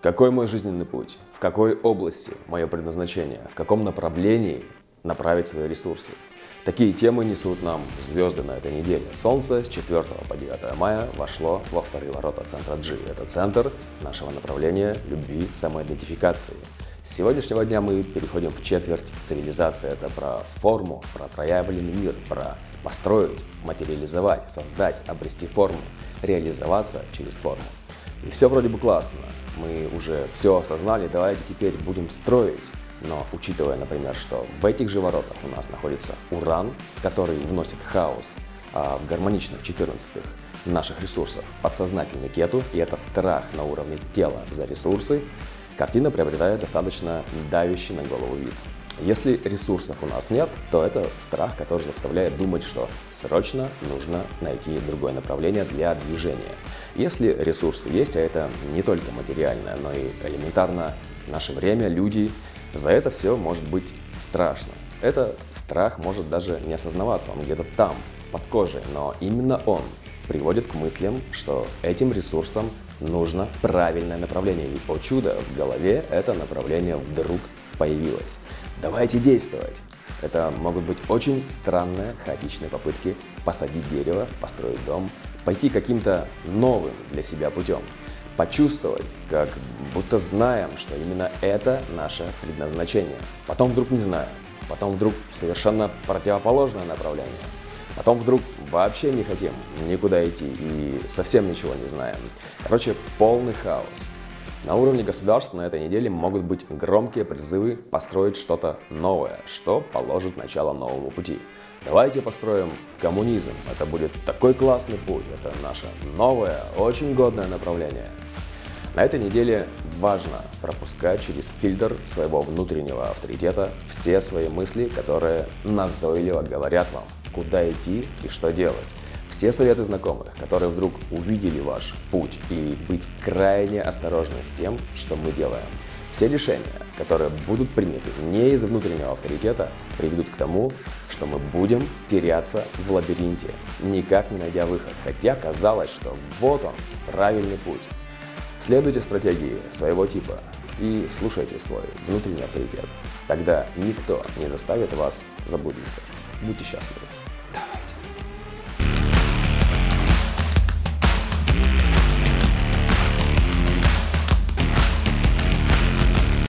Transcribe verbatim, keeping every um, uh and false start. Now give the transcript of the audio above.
Какой мой жизненный путь? В какой области мое предназначение? В каком направлении направить свои ресурсы? Такие темы несут нам звезды на этой неделе. Солнце с четвёртого по девятое мая вошло во вторые ворота центра G. Это центр нашего направления любви, самоидентификации. С сегодняшнего дня мы переходим в четверть цивилизации. Это про форму, про проявленный мир, про построить, материализовать, создать, обрести форму, реализоваться через форму. И все вроде бы классно. Мы уже все осознали, давайте теперь будем строить. Но учитывая, например, что в этих же воротах у нас находится Уран, который вносит хаос, а в гармоничных четырнадцатых наших ресурсах подсознательный Кету, и это страх на уровне тела за ресурсы, картина приобретает достаточно давящий на голову вид. Если ресурсов у нас нет, то это страх, который заставляет думать, что срочно нужно найти другое направление для движения. Если ресурсы есть, а это не только материальное, но и элементарно наше время, люди, за это все может быть страшно. Этот страх может даже не осознаваться, он где-то там, под кожей, но именно он приводит к мыслям, что этим ресурсам нужно правильное направление. И, о чудо, в голове это направление вдруг появилось. Давайте действовать. Это могут быть очень странные, хаотичные попытки посадить дерево, построить дом, пойти каким-то новым для себя путем, почувствовать, как будто знаем, что именно это наше предназначение. Потом вдруг не знаем, потом вдруг совершенно противоположное направление. Потом вдруг вообще не хотим никуда идти и совсем ничего не знаем. Короче, полный хаос. На уровне государства на этой неделе могут быть громкие призывы построить что-то новое, что положит начало новому пути. Давайте построим коммунизм. Это будет такой классный путь. Это наше новое, очень годное направление. На этой неделе важно пропускать через фильтр своего внутреннего авторитета все свои мысли, которые назойливо говорят вам, куда идти и что делать. Все советы знакомых, которые вдруг увидели ваш путь, и быть крайне осторожны с тем, что мы делаем. Все решения, которые будут приняты не из внутреннего авторитета, приведут к тому, что мы будем теряться в лабиринте, никак не найдя выход, хотя казалось, что вот он, правильный путь. Следуйте стратегии своего типа и слушайте свой внутренний авторитет. Тогда никто не заставит вас заблудиться. Будьте счастливы.